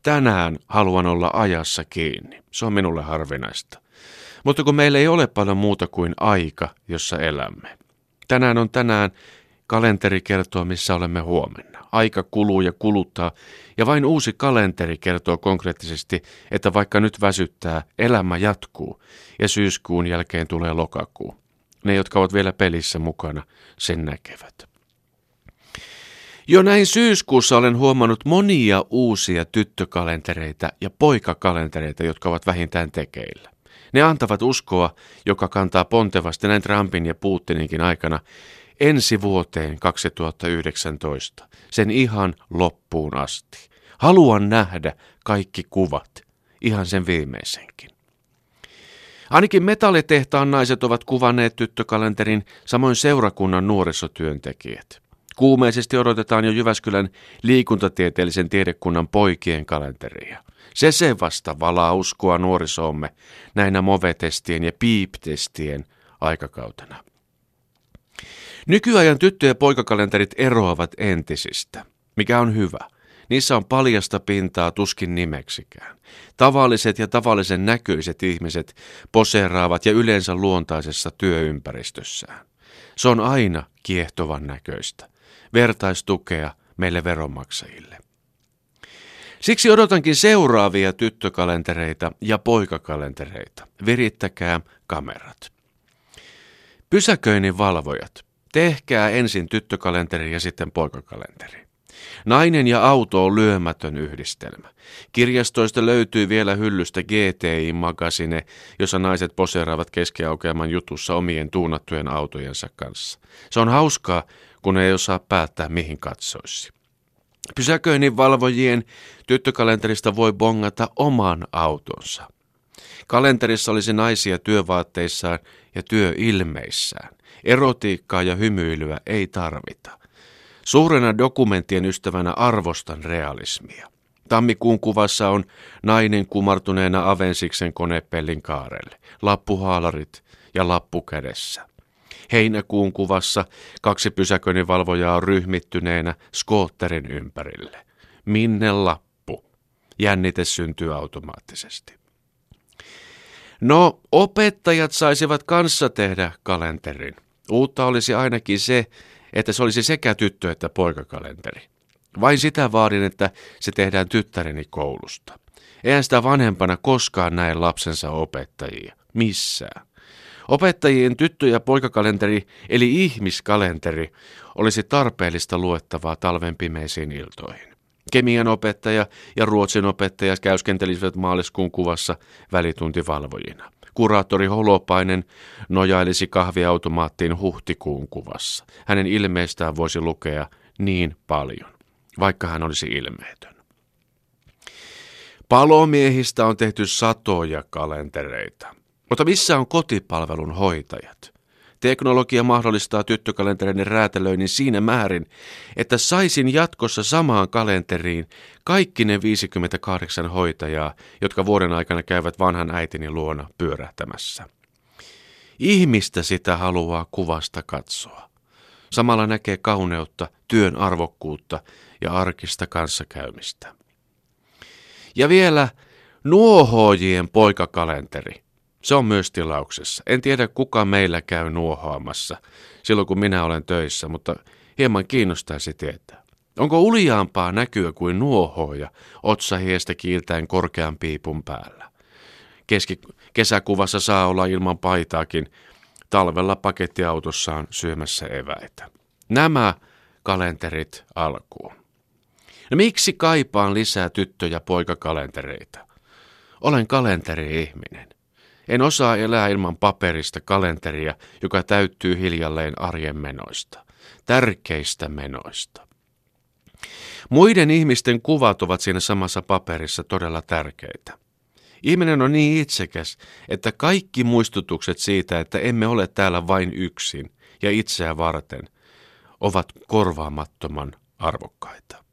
Tänään haluan olla ajassa kiinni. Se on minulle harvinaista. Mutta kun meillä ei ole paljon muuta kuin aika, jossa elämme. Tänään on tänään, kalenteri kertoo, missä olemme huomenna. Aika kuluu ja kuluttaa, ja vain uusi kalenteri kertoo konkreettisesti, että vaikka nyt väsyttää, elämä jatkuu, ja syyskuun jälkeen tulee lokakuu. Ne, jotka ovat vielä pelissä mukana, sen näkevät. Jo näin syyskuussa olen huomannut monia uusia tyttökalentereita ja poikakalentereita, jotka ovat vähintään tekeillä. Ne antavat uskoa, joka kantaa pontevasti näin Trumpin ja Putininkin aikana, ensi vuoteen 2019, sen ihan loppuun asti. Haluan nähdä kaikki kuvat, ihan sen viimeisenkin. Ainakin metallitehtaan naiset ovat kuvanneet tyttökalenterin, samoin seurakunnan nuorisotyöntekijät. Kuumeisesti odotetaan jo Jyväskylän liikuntatieteellisen tiedekunnan poikien kalenteria. Se vasta valaa uskoa nuorisoomme näinä movetestien ja piiptestien aikakautena. Nykyajan tyttö- ja poikakalenterit eroavat entisistä, mikä on hyvä. Niissä on paljasta pintaa tuskin nimeksikään. Tavalliset ja tavallisen näköiset ihmiset poseeraavat ja yleensä luontaisessa työympäristössään. Se on aina kiehtovan näköistä. Vertaistukea meille veronmaksajille. Siksi odotankin seuraavia tyttökalentereita ja poikakalentereita. Virittäkää kamerat. Pysäköinnin valvojat. Tehkää ensin tyttökalenteri ja sitten poikakalenteri. Nainen ja auto on lyömätön yhdistelmä. Kirjastoista löytyy vielä hyllystä GTI-magasine, jossa naiset poseeraavat keskiaukeaman jutussa omien tuunattujen autojensa kanssa. Se on hauskaa, kun ei osaa päättää mihin katsoisi. Pysäköinnin valvojien tyttökalenterista voi bongata oman autonsa. Kalenterissa olisi naisia työvaatteissaan ja työilmeissään. Erotiikkaa ja hymyilyä ei tarvita. Suurena dokumenttien ystävänä arvostan realismia. Tammikuun kuvassa on nainen kumartuneena Avensiksen konepellin kaarelle, lappuhaalarit ja lappu kädessä. Heinäkuun kuvassa 2 pysäköinninvalvojaa on ryhmittyneenä skootterin ympärille. Minne lappu? Jännite syntyy automaattisesti. No, opettajat saisivat kanssa tehdä kalenterin. Uutta olisi ainakin se, että se olisi sekä tyttö- että poikakalenteri. Vain sitä vaadin, että se tehdään tyttäreni koulusta. Eihän sitä vanhempana koskaan näe lapsensa opettajia. Missään. Opettajien tyttö- ja poikakalenteri, eli ihmiskalenteri, olisi tarpeellista luettavaa talven pimeisiin iltoihin. Kemian opettaja ja ruotsin opettaja käyskentelisivät maaliskuun kuvassa välituntivalvojina. Kuraattori Holopainen nojailisi kahviautomaattiin huhtikuun kuvassa. Hänen ilmeestään voisi lukea niin paljon, vaikka hän olisi ilmeetön. Palomiehistä on tehty satoja kalentereita. Mutta missä on kotipalvelun hoitajat? Teknologia mahdollistaa tyttökalentereiden räätälöinnin siinä määrin, että saisin jatkossa samaan kalenteriin kaikki ne 58 hoitajaa, jotka vuoden aikana käyvät vanhan äitini luona pyörähtämässä. Ihmistä sitä haluaa kuvasta katsoa. Samalla näkee kauneutta, työn arvokkuutta ja arkista kanssakäymistä. Ja vielä nuohoojien poikakalenteri. Se on myös tilauksessa. En tiedä, kuka meillä käy nuohoamassa silloin, kun minä olen töissä, mutta hieman kiinnostaisi tietää. Onko uljaampaa näkyä kuin nuohooja otsahiestä kiiltäen korkean piipun päällä? Kesäkuvassa saa olla ilman paitaakin, talvella pakettiautossaan syömässä eväitä. Nämä kalenterit alkuun. No miksi kaipaan lisää tyttö- ja poikakalentereita? Olen kalenteri-ihminen. En osaa elää ilman paperista kalenteria, joka täyttyy hiljalleen arjen menoista, tärkeistä menoista. Muiden ihmisten kuvat ovat siinä samassa paperissa todella tärkeitä. Ihminen on niin itsekäs, että kaikki muistutukset siitä, että emme ole täällä vain yksin ja itseä varten, ovat korvaamattoman arvokkaita.